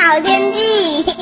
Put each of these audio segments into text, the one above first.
好天气。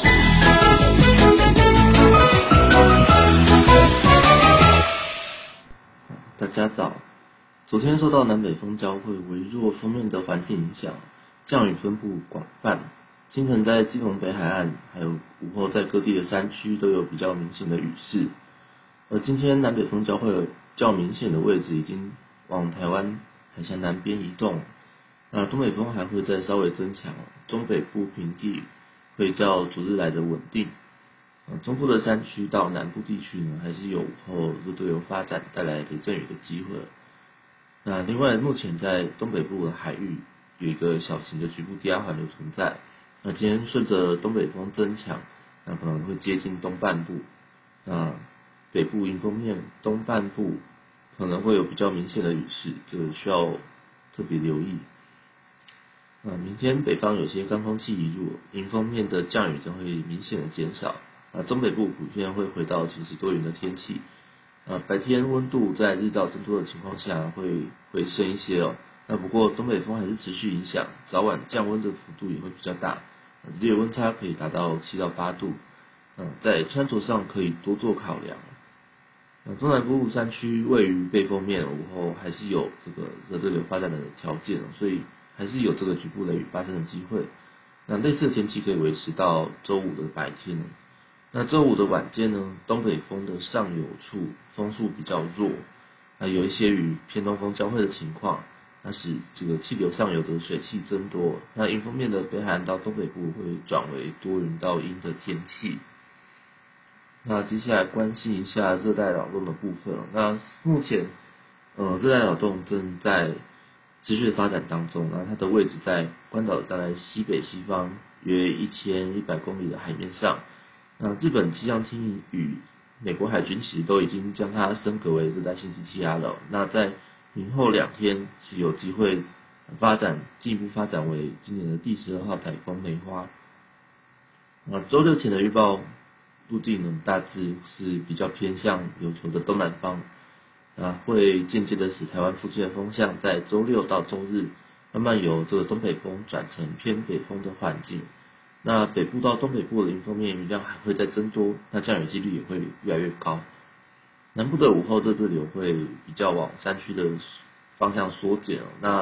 大家早。昨天受到南北风交汇、微弱锋面的环境影响，降雨分布广泛。清晨在基隆北海岸，还有午后在各地的山区都有比较明显的雨势。而今天南北风交汇较明显的位置已经往台湾海峡南边移动。那东北风还会再稍微增强，中北部平地会较昨日来的稳定。中部的山区到南部地区呢，还是有午后热对流发展带来雷阵雨的机会。那另外，目前在东北部的海域有一个小型的局部低压环流存在。那今天顺着东北风增强，那可能会接近东半部。那北部迎风面东半部可能会有比较明显的雨势，这个需要特别留意。明天北方有些干空气移入，迎风面的降雨将会明显的减少。东北部普遍会回到晴时多云的天气。白天温度在日照增多的情况下会回升一些哦。不过东北风还是持续影响，早晚降温的幅度也会比较大，日夜温差可以达到7到8度。在穿着上可以多做考量。中南部山区位于背风面，午后还是有这个热对流发展的条件，所以还是有这个局部雷雨发生的机会。类似的天气可以维持到周五的白天。周五的晚间呢，东北风的上游处风速比较弱，有一些与偏东风交汇的情况，使这个气流上游的水汽增多。迎风面的北海岸到东北部会转为多云到阴的天气。接下来关心一下热带扰动的部分。目前热带扰动正在持续的发展当中，它的位置在关岛大概西北西方约1100公里的海面上。日本气象厅与美国海军其实都已经将它升格为热带性低气压了。在明后2天是有机会进一步发展为今年的第12号台风梅花。周6前的预报路径呢，大致是比较偏向琉球的东南方，会间接的使台湾附近的风向在周6到周日慢慢由这个东北风转成偏北风的环境。北部到东北部的迎风面雨量还会再增多，降雨几率也会越来越高。南部的午后热对流会比较往山区的方向缩减，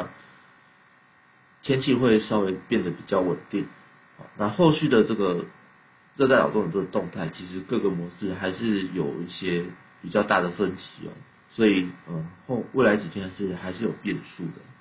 天气会稍微变得比较稳定。后续的这个热带扰动的这个动态，其实各个模式还是有一些比较大的分歧，所以未来几天还是有变数的。